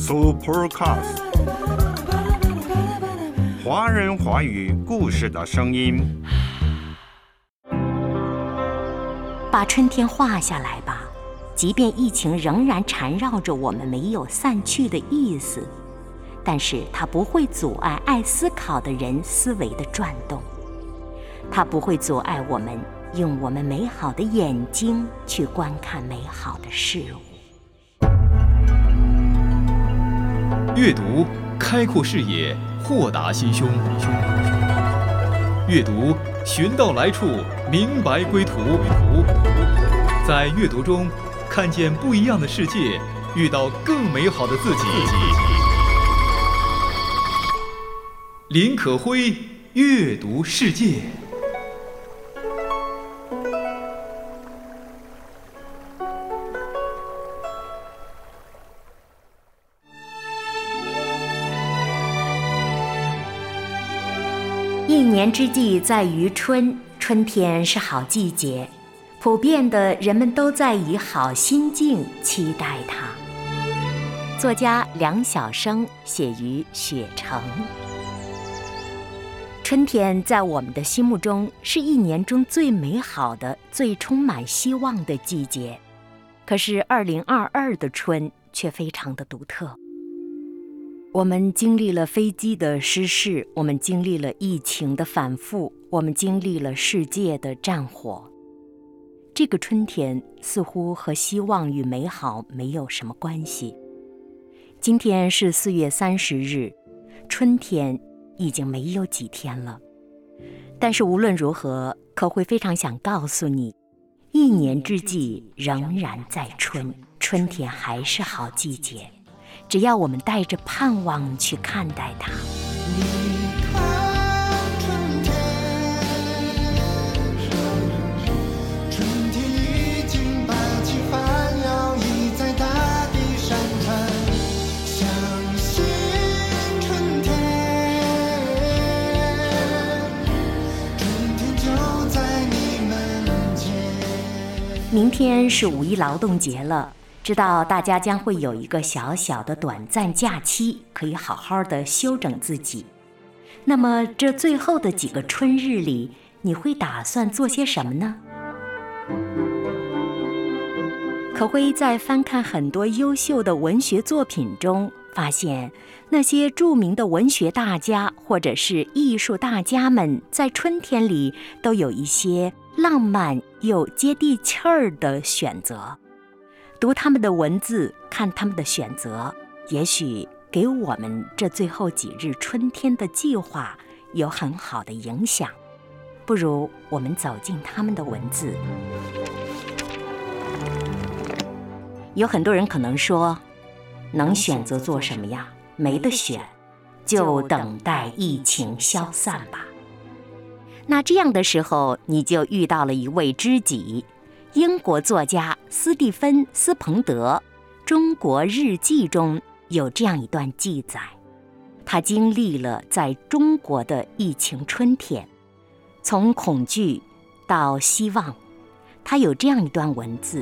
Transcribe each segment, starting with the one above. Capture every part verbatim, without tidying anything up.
Supercast， 华人华语故事的声音。 把春天画下来吧，即便疫情仍然缠绕着我们没有散去的意思，但是它不会阻碍爱思考的人思维的转动，它不会阻碍我们用我们美好的眼睛去观看美好的事物。 阅读开阔视野，豁达心胸。阅读寻到来处，明白归途。在阅读中看见不一样的世界，遇到更美好的自己。林可辉阅读世界。 一年之计在于春，春天是好季节，普遍的人们都在以好心境期待它。作家梁晓声写于雪城。春天在我们的心目中是一年中最美好的、最充满希望的季节，可是二零二二的春却非常的独特。我们经历了飞机的失事，我们经历了疫情的反复，我们经历了世界的战火。这个春天似乎和希望与美好没有什么关系。今天是四月三十日，春天已经没有几天了。但是无论如何，可会非常想告诉你，一年之计仍然在春，春天还是好季节。只要我们带着盼望去看待它。 春天已经摆起帆，摇曳在大地山川，相信春天，春天就在你门前。 明天是五一劳动节了，知道大家将会有一个小小的短暂假期，可以好好的休整自己。那么这最后的几个春日里，你会打算做些什么呢？可辉在翻看很多优秀的文学作品中，发现那些著名的文学大家或者是艺术大家们在春天里都有一些浪漫又接地气儿的选择。读他们的文字，看他们的选择，也许给我们这最后几日春天的计划有很好的影响。不如我们走进他们的文字。有很多人可能说，能选择做什么呀？没得选，就等待疫情消散吧。那这样的时候，你就遇到了一位知己，英国作家斯蒂芬·斯彭德《中国日记》中有这样一段记载，他经历了在中国的疫情春天，从恐惧到希望。他有这样一段文字：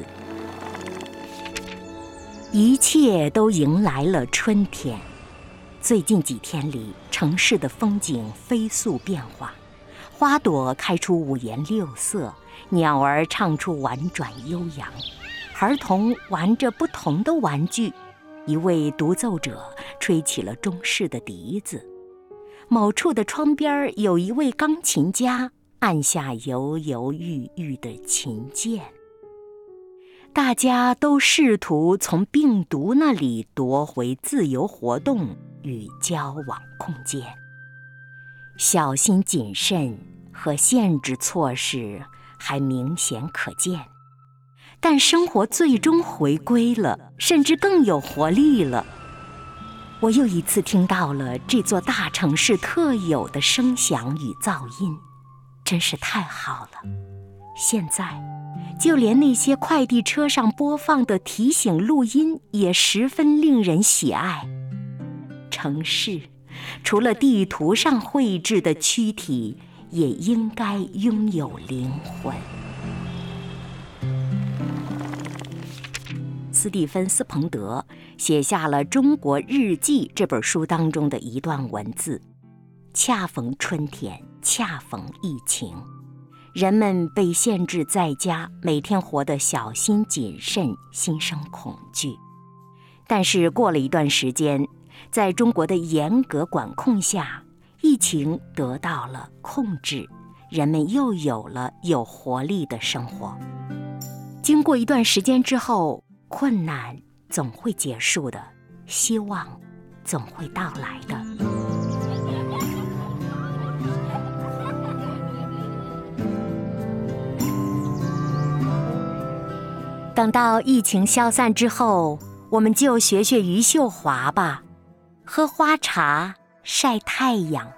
一切都迎来了春天。最近几天里，城市的风景飞速变化，花朵开出五颜六色，鸟儿唱出婉转悠扬，儿童玩着不同的玩具，一位独奏者吹起了中式的笛子，某处的窗边有一位钢琴家按下犹犹豫豫的琴键。大家都试图从病毒那里夺回自由活动与交往空间。小心谨慎和限制措施还明显可见，但生活最终回归了，甚至更有活力了。我又一次听到了这座大城市特有的声响与噪音，真是太好了。现在就连那些快递车上播放的提醒录音也十分令人喜爱。城市除了地图上绘制的躯体，也应该拥有灵魂。 斯蒂芬·斯彭德写下了《中国日记》这本书当中的一段文字：恰逢春天，恰逢疫情，人们被限制在家，每天活得小心谨慎，心生恐惧。但是过了一段时间，在中国的严格管控下，疫情得到了控制，人们又有了有活力的生活。经过一段时间之后，困难总会结束的，希望总会到来的。等到疫情消散之后，我们就学学余秀华吧，喝花茶，晒太阳。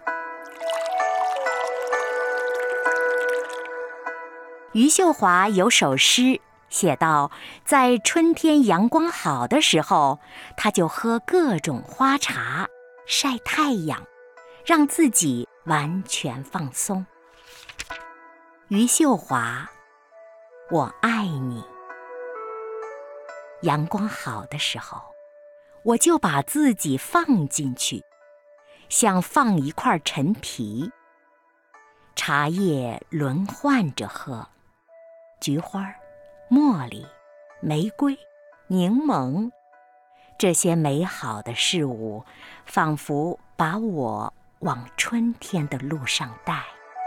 余秀华有首诗写道，在春天阳光好的时候，他就喝各种花茶，晒太阳，让自己完全放松。余秀华，我爱你。阳光好的时候，我就把自己放进去，像放一块陈皮，茶叶轮换着喝，菊花、茉莉、玫瑰、柠檬，这些美好的事物仿佛把我往春天的路上带。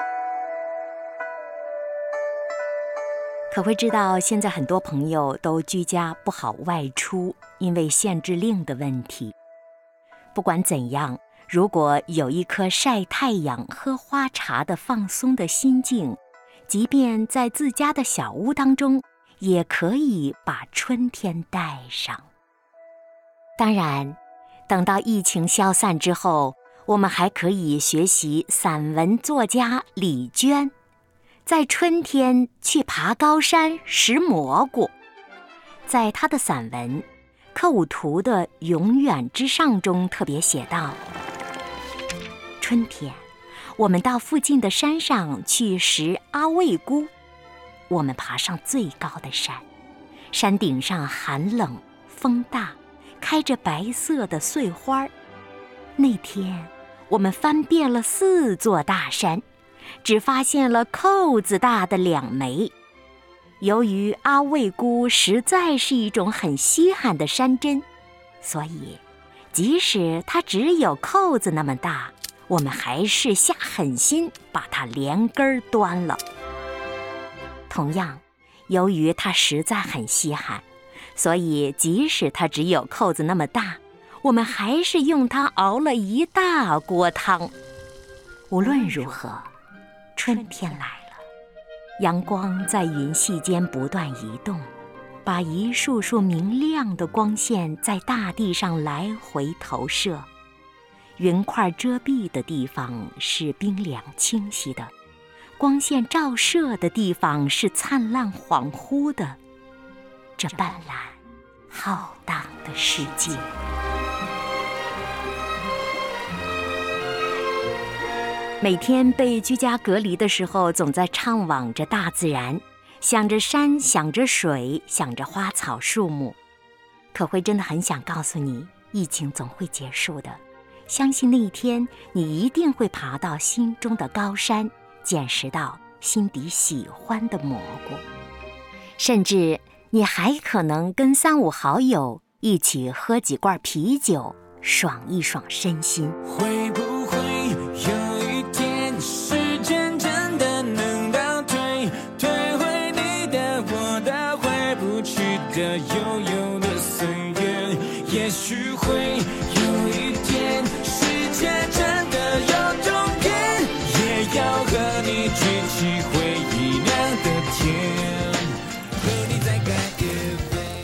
可会知道，现在很多朋友都居家不好外出，因为限制令的问题。不管怎样，如果有一颗晒太阳、喝花茶的放松的心境，即便在自家的小屋当中，也可以把春天带上。当然，等到疫情消散之后，我们还可以学习散文作家李娟，在春天去爬高山拾蘑菇。在她的散文《克武图的永远之上》中特别写道，春天我们到附近的山上去拾阿魏菇，我们爬上最高的山，山顶上寒冷风大，开着白色的碎花。那天我们翻遍了四座大山，只发现了扣子大的两枚。由于阿魏菇实在是一种很稀罕的山珍，所以即使它只有扣子那么大，我们还是下狠心把它连根端了。同样，由于它实在很稀罕，所以即使它只有扣子那么大，我们还是用它熬了一大锅汤。无论如何，春天来了，阳光在云隙间不断移动，把一束束明亮的光线在大地上来回投射。云块遮蔽的地方是冰凉清晰的，光线照射的地方是灿烂恍惚的。这斑斓浩荡的世界。每天被居家隔离的时候，总在怅惘着大自然，想着山，想着水，想着花草树木。可会真的很想告诉你，疫情总会结束的。相信那一天，你一定会爬到心中的高山，捡拾到心底喜欢的蘑菇，甚至你还可能跟三五好友一起喝几罐啤酒，爽一爽身心。 会不会有一天，时间真的能倒退，退回你的我的回不去的悠悠的岁月？也许会有一天，世界真的有终点，也要和你举起回忆亮的天，和你再干一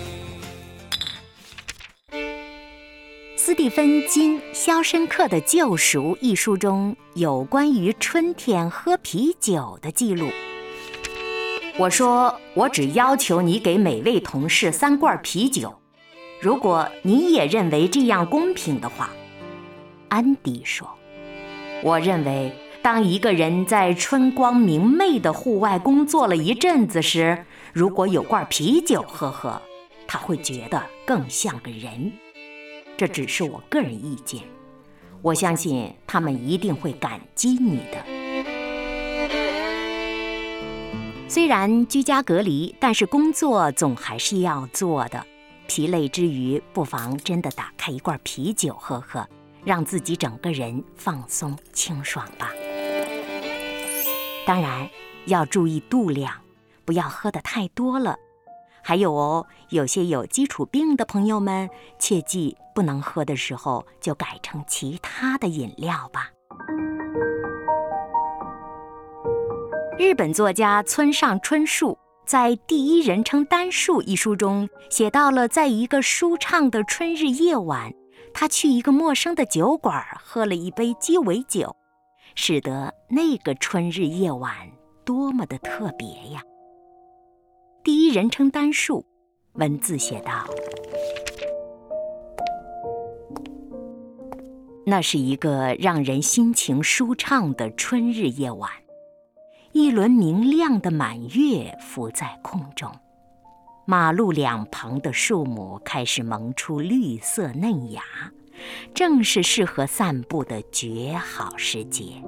杯。 斯蒂芬金《肖申克的救赎》一书中有关于春天喝啤酒的记录。我说，我只要求你给每位同事三罐啤酒，如果你也认为这样公平的话。安迪说，我认为当一个人在春光明媚的户外工作了一阵子时，如果有罐啤酒喝喝， 他会觉得更像个人。这只是我个人意见，我相信他们一定会感激你的。虽然居家隔离，但是工作总还是要做的。疲累之余，不妨真的打开一罐啤酒喝喝，让自己整个人放松清爽吧。当然要注意度量，不要喝得太多了。还有哦，有些有基础病的朋友们，切记不能喝的时候就改成其他的饮料吧。日本作家村上春树在《第一人称单数》一书中写到了，在一个舒畅的春日夜晚，他去一个陌生的酒馆喝了一杯鸡尾酒，使得那个春日夜晚多么的特别呀！第一人称单数，文字写道：那是一个让人心情舒畅的春日夜晚，一轮明亮的满月浮在空中，马路两旁的树木开始萌出绿色嫩芽，正是适合散步的绝好时节。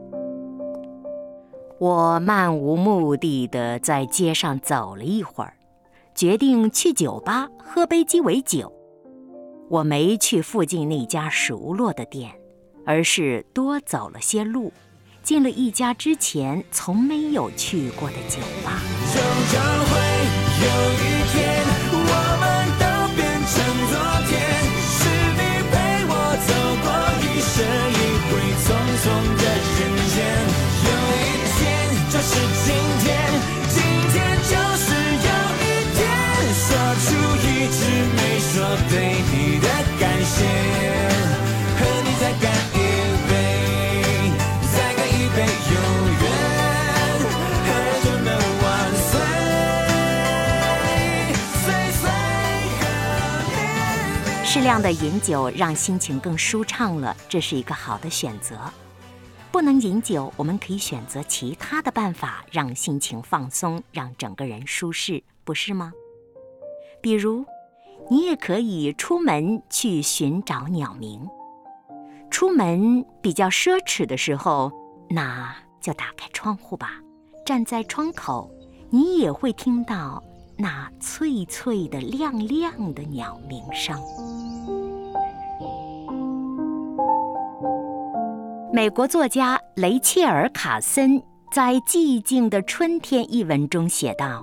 我漫无目的地在街上走了一会儿，决定去酒吧喝杯鸡尾酒。我没去附近那家熟络的店，而是多走了些路，进了一家之前从没有去过的酒吧。 终将会有一天，我们都变成昨天，是你陪我走过一生一回匆匆的人间。有一天就是今天，今天就是有一天，说出一直没说对你的感谢，和你再干一杯，再干一杯永远，喝酒能万岁，岁岁和年。 适量的饮酒让心情更舒畅了，这是一个好的选择。不能饮酒，我们可以选择其他的办法，让心情放松，让整个人舒适，不是吗？比如，你也可以出门去寻找鸟鸣。出门比较奢侈的时候，那就打开窗户吧，站在窗口，你也会听到那脆脆的亮亮的鸟鸣声。美国作家雷切尔·卡森在《寂静的春天》一文中写道：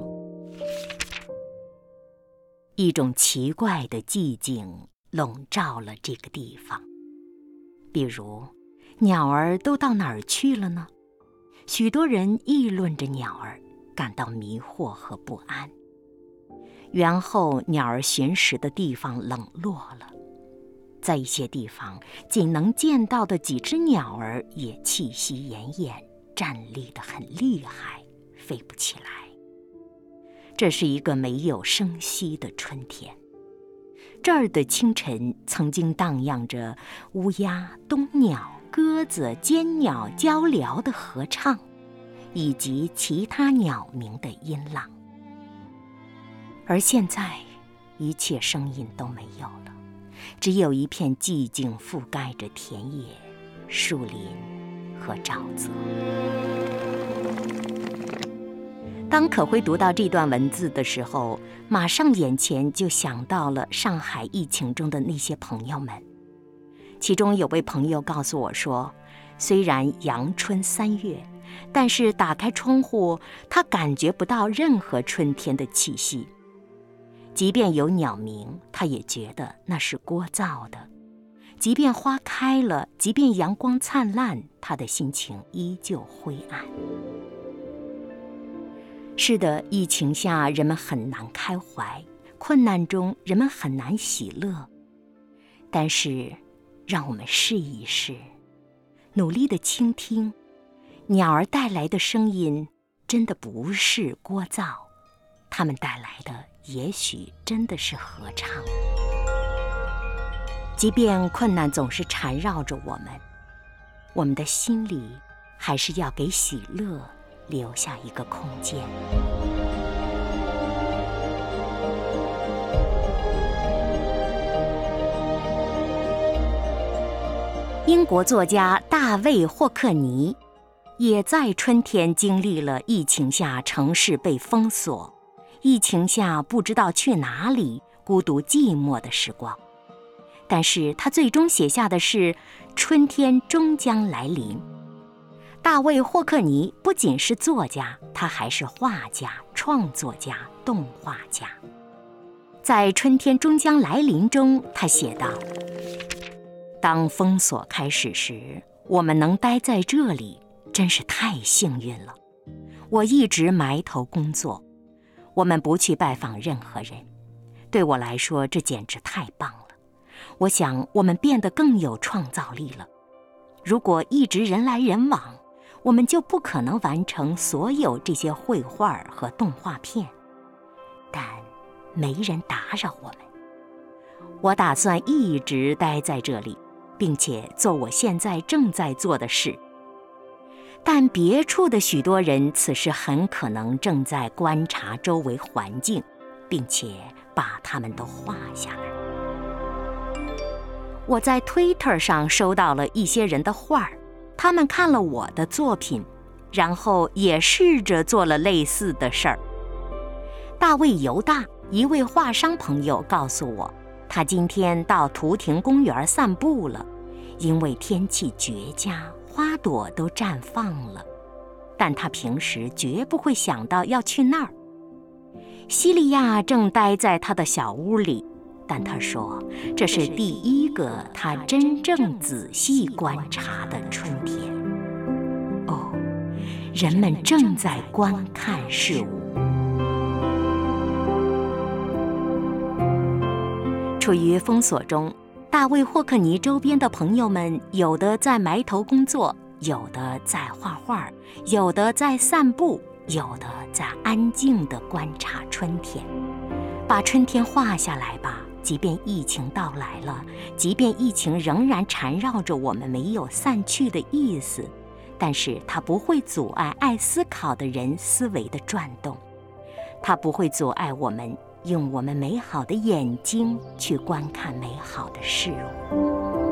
一种奇怪的寂静笼罩了这个地方，比如鸟儿都到哪儿去了呢？许多人议论着鸟儿，感到迷惑和不安。园后鸟儿寻食的地方冷落了，在一些地方，仅能见到的几只鸟儿也气息奄奄，站立得很厉害，飞不起来。这是一个没有声息的春天。这儿的清晨曾经荡漾着乌鸦、冬鸟、鸽子、尖鸟交聊的合唱，以及其他鸟鸣的音浪。而现在，一切声音都没有了，只有一片寂静覆盖着田野、树林和沼泽。当可辉读到这段文字的时候，马上眼前就想到了上海疫情中的那些朋友们。其中有位朋友告诉我说，虽然阳春三月，但是打开窗户，他感觉不到任何春天的气息。即便有鸟鸣，他也觉得那是聒噪的。即便花开了，即便阳光灿烂，他的心情依旧灰暗。是的，疫情下人们很难开怀，困难中人们很难喜乐。但是，让我们试一试，努力地倾听，鸟儿带来的声音真的不是聒噪，它们带来的也许真的是合唱。即便困难总是缠绕着我们，我们的心里还是要给喜乐留下一个空间。 英国作家大卫·霍克尼也在春天经历了疫情下城市被封锁，疫情下不知道去哪里，孤独寂寞的时光。但是他最终写下的是春天终将来临。大卫·霍克尼不仅是作家，他还是画家、创作家、动画家。在春天终将来临中，他写道：当封锁开始时，我们能待在这里真是太幸运了。我一直埋头工作，我们不去拜访任何人，对我来说这简直太棒了。我想我们变得更有创造力了。如果一直人来人往，我们就不可能完成所有这些绘画和动画片。但没人打扰我们。我打算一直待在这里，并且做我现在正在做的事。但别处的许多人此时很可能正在观察周围环境，并且把它们都画下来。我在 Twitter 上收到了一些人的画，他们看了我的作品，然后也试着做了类似的事儿。大卫·犹大，一位画商朋友告诉我，他今天到图亭公园散步了，因为天气绝佳，花朵都绽放了，但他平时绝不会想到要去那儿。西利亚正待在他的小屋里，但他说这是第一个他真正仔细观察的春天。哦，人们正在观看事物。处于封锁中，大卫·霍克尼周边的朋友们有的在埋头工作，有的在画画，有的在散步，有的在安静地观察春天。把春天画下来吧，即便疫情到来了，即便疫情仍然缠绕着我们没有散去的意思，但是它不会阻碍爱思考的人思维的转动，它不会阻碍我们用我们美好的眼睛去观看美好的事物。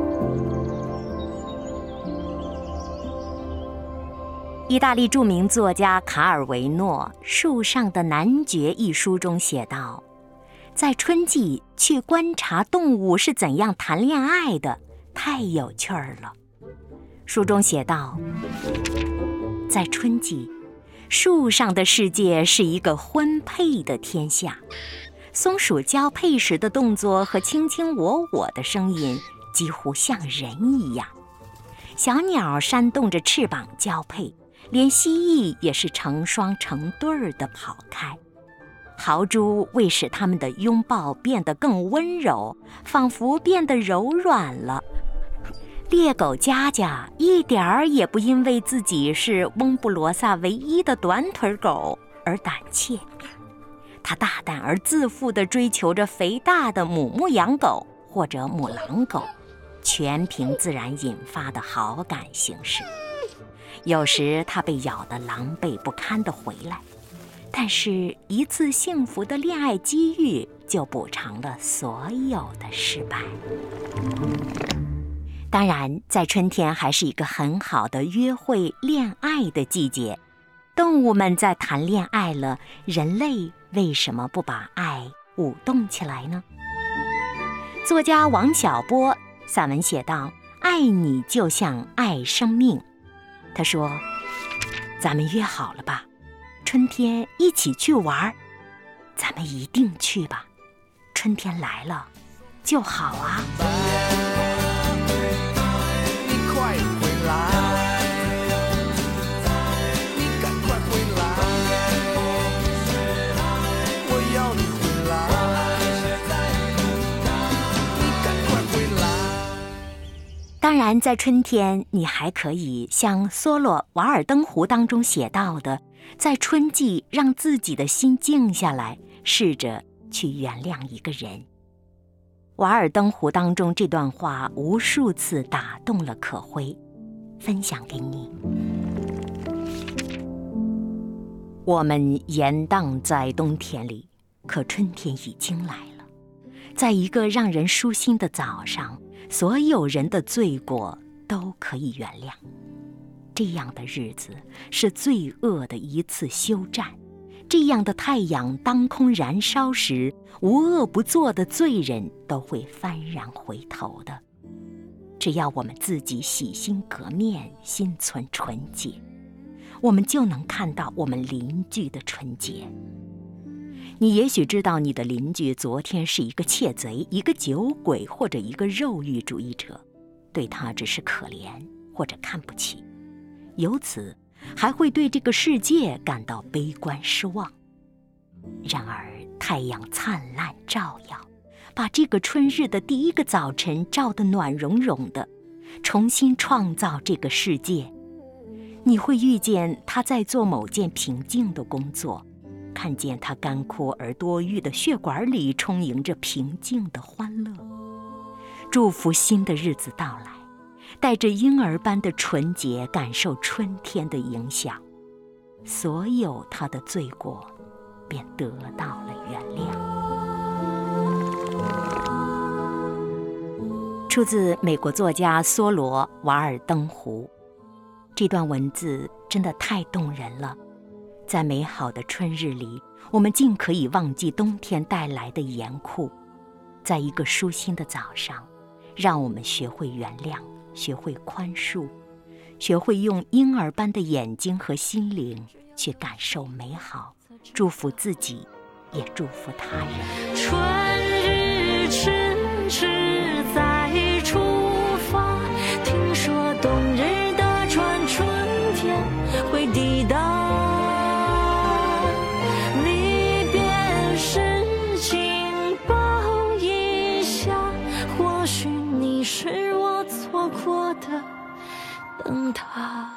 意大利著名作家卡尔维诺《树上的男爵》一书中写道，在春季去观察动物是怎样谈恋爱的，太有趣儿了。书中写道，在春季，树上的世界是一个婚配的天下，松鼠交配时的动作和卿卿我我的声音几乎像人一样，小鸟扇动着翅膀交配，连蜥蜴也是成双成对儿地跑开。豪猪为使它们的拥抱变得更温柔，仿佛变得柔软了。猎狗佳佳一点儿也不因为自己是翁布罗萨唯一的短腿狗而胆怯，它大胆而自负地追求着肥大的母牧羊狗或者母狼狗，全凭自然引发的好感形式。有时它被咬得狼狈不堪地回来，但是一次幸福的恋爱机遇就补偿了所有的失败。当然，在春天还是一个很好的约会恋爱的季节。动物们在谈恋爱了，人类为什么不把爱舞动起来呢？作家王小波散文写道，爱你就像爱生命。他说，咱们约好了吧，春天一起去玩，咱们一定去吧，春天来了就好啊。 你快回来，你赶快回来，我要你回来，你赶快回来。 当然，在春天，你还可以像梭罗《瓦尔登湖》当中写到的，在春季让自己的心静下来，试着去原谅一个人。《瓦尔登湖》当中这段话无数次打动了可辉，分享给你。我们延宕在冬天里，可春天已经来了。在一个让人舒心的早上，所有人的罪过都可以原谅。这样的日子是罪恶的一次休战，这样的太阳当空燃烧时，无恶不作的罪人都会幡然回头的。只要我们自己洗心革面，心存纯洁，我们就能看到我们邻居的纯洁。你也许知道你的邻居昨天是一个窃贼，一个酒鬼，或者一个肉欲主义者，对他只是可怜或者看不起，由此还会对这个世界感到悲观失望。然而太阳灿烂照耀，把这个春日的第一个早晨照得暖融融的，重新创造这个世界。你会遇见他在做某件平静的工作，看见他干枯而多郁的血管里充盈着平静的欢乐。祝福新的日子到来，带着婴儿般的纯洁，感受春天的影响，所有他的罪过便得到了原谅。出自美国作家梭罗·瓦尔登湖。这段文字真的太动人了。在美好的春日里，我们尽可以忘记冬天带来的严酷。在一个舒心的早上，让我们学会原谅，学会宽恕，学会用婴儿般的眼睛和心灵去感受美好，祝福自己，也祝福他人。 春日迟迟再出发，听说冬日的船春天会抵达。离别时请抱一下，或许你是我错过的灯塔。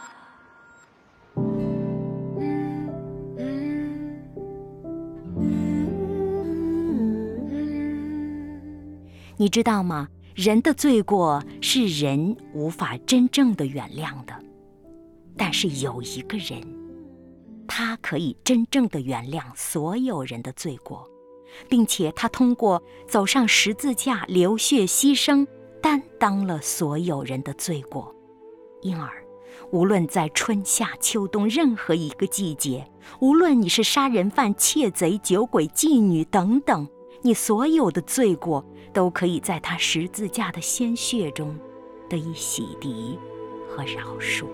你知道吗？人的罪过是人无法真正的原谅的，但是有一个人，他可以真正的原谅所有人的罪过，并且他通过走上十字架流血牺牲，担当了所有人的罪过。因而无论在春夏秋冬任何一个季节，无论你是杀人犯、窃贼、酒鬼、妓女等等，你所有的罪过都可以在他十字架的鲜血中得以洗涤和饶恕。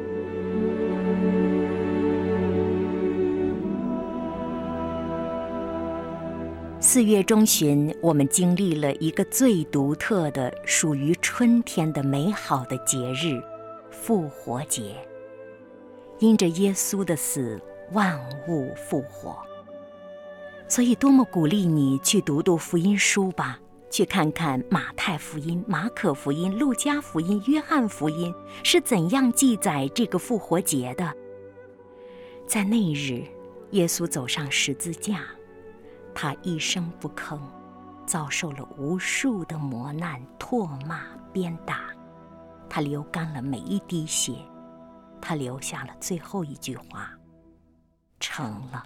四月中旬，我们经历了一个最独特的、属于春天的美好的节日——复活节。因着耶稣的死，万物复活。所以多么鼓励你去读读福音书吧，去看看马太福音、马可福音、路加福音、约翰福音是怎样记载这个复活节的。在那日，耶稣走上十字架，他一声不吭，遭受了无数的磨难、唾骂、鞭打，他流干了每一滴血，他留下了最后一句话：成了。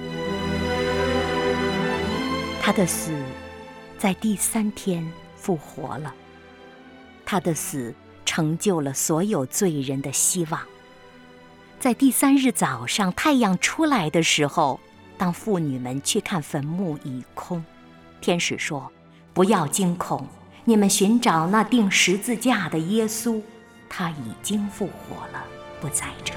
他的死在第三天复活了，他的死成就了所有罪人的希望。在第三日早上太阳出来的时候，当妇女们去看坟墓已空，天使说：不要惊恐，你们寻找那钉十字架的耶稣，他已经复活了，不在这里。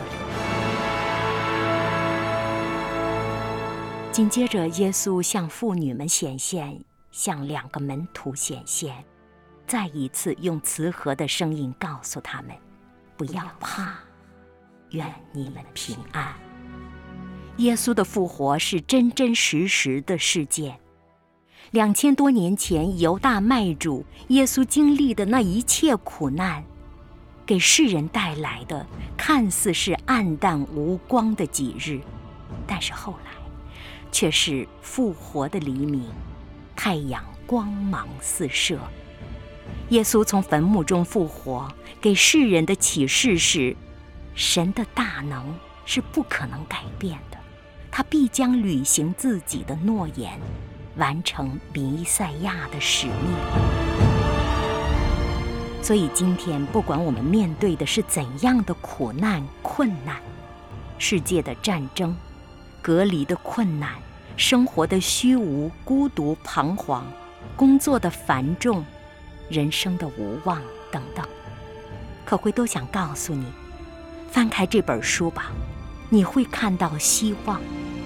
紧接着，耶稣向妇女们显现，向两个门徒显现，再一次用慈和的声音告诉他们：不要怕，愿你们平安。耶稣的复活是真真实实的事件。两千多年前，犹大卖主耶稣经历的那一切苦难，给世人带来的看似是暗淡无光的几日，但是后来却是复活的黎明，太阳光芒四射。耶稣从坟墓中复活，给世人的启示是：神的大能是不可能改变的，他必将履行自己的诺言，完成弥赛亚的使命。 所以今天不管我们面对的是怎样的苦难困难，世界的战争、隔离的困难、生活的虚无、孤独、彷徨、工作的繁重、人生的无望等等，可会都想告诉你，翻开这本书吧，你会看到希望。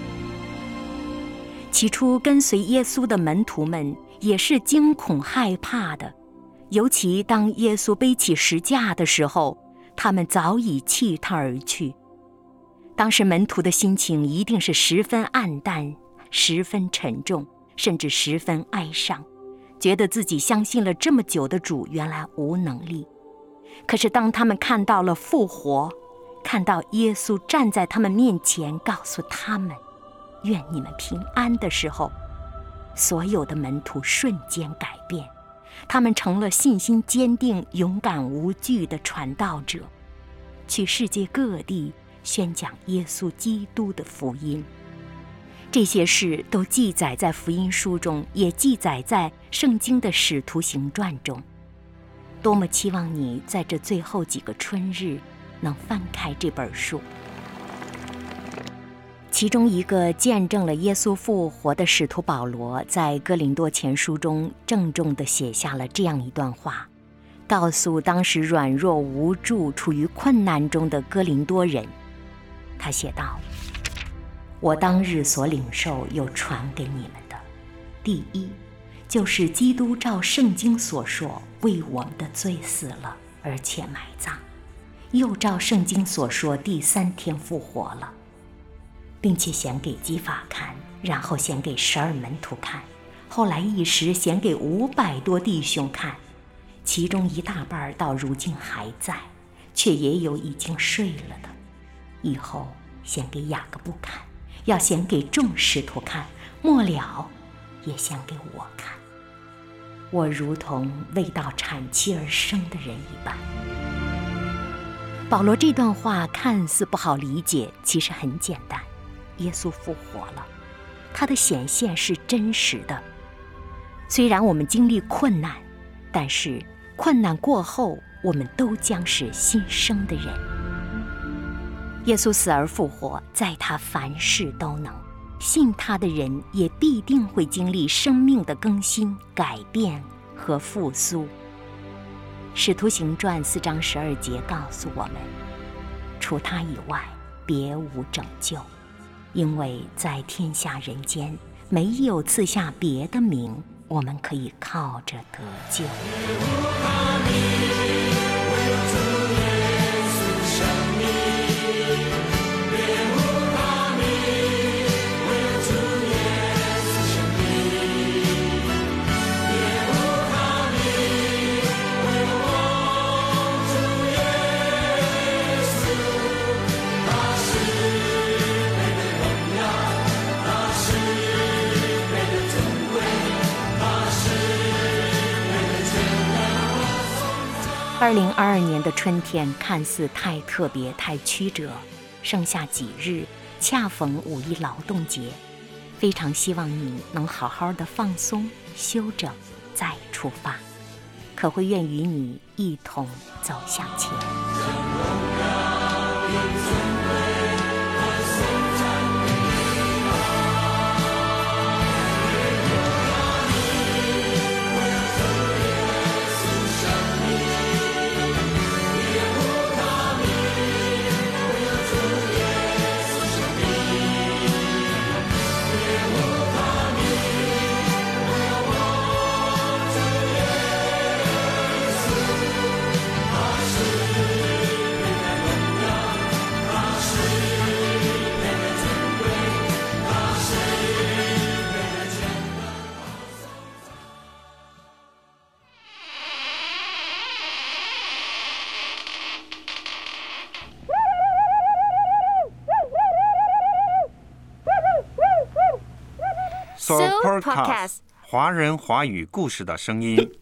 起初跟随耶稣的门徒们也是惊恐害怕的，尤其当耶稣背起十架的时候，他们早已弃他而去。当时门徒的心情一定是十分暗淡，十分沉重，甚至十分哀伤，觉得自己相信了这么久的主原来无能力。可是当他们看到了复活，看到耶稣站在他们面前告诉他们愿你们平安的时候，所有的门徒瞬间改变，他们成了信心坚定、勇敢无惧的传道者，去世界各地宣讲耶稣基督的福音。这些事都记载在福音书中，也记载在圣经的使徒行传中。多么期望你在这最后几个春日能翻开这本书。其中一个见证了耶稣复活的使徒保罗，在哥林多前书中郑重地写下了这样一段话，告诉当时软弱无助、处于困难中的哥林多人。他写道：我当日所领受又传给你们的，第一，就是基督照圣经所说为我们的罪死了，而且埋葬，又照圣经所说第三天复活了，并且显给基法看，然后显给十二门徒看，后来一时显给五百多弟兄看，其中一大半到如今还在，却也有已经睡了的。以后显给雅各布看，要显给众使徒看，末了也显给我看。我如同未到产期而生的人一般。保罗这段话看似不好理解，其实很简单。耶稣复活了，他的显现是真实的。虽然我们经历困难，但是困难过后，我们都将是新生的人。耶稣死而复活，在他凡事都能，信他的人也必定会经历生命的更新、改变和复苏。使徒行传四章十二节告诉我们，除他以外别无拯救，因为在天下人间没有赐下别的名，我们可以靠着得救。二零二二年的春天看似太特别、太曲折，剩下几日，恰逢五一劳动节，非常希望你能好好的放松、休整，再出发。可会愿与你一同走向前。 Soul Podcast 华人华语故事的声音。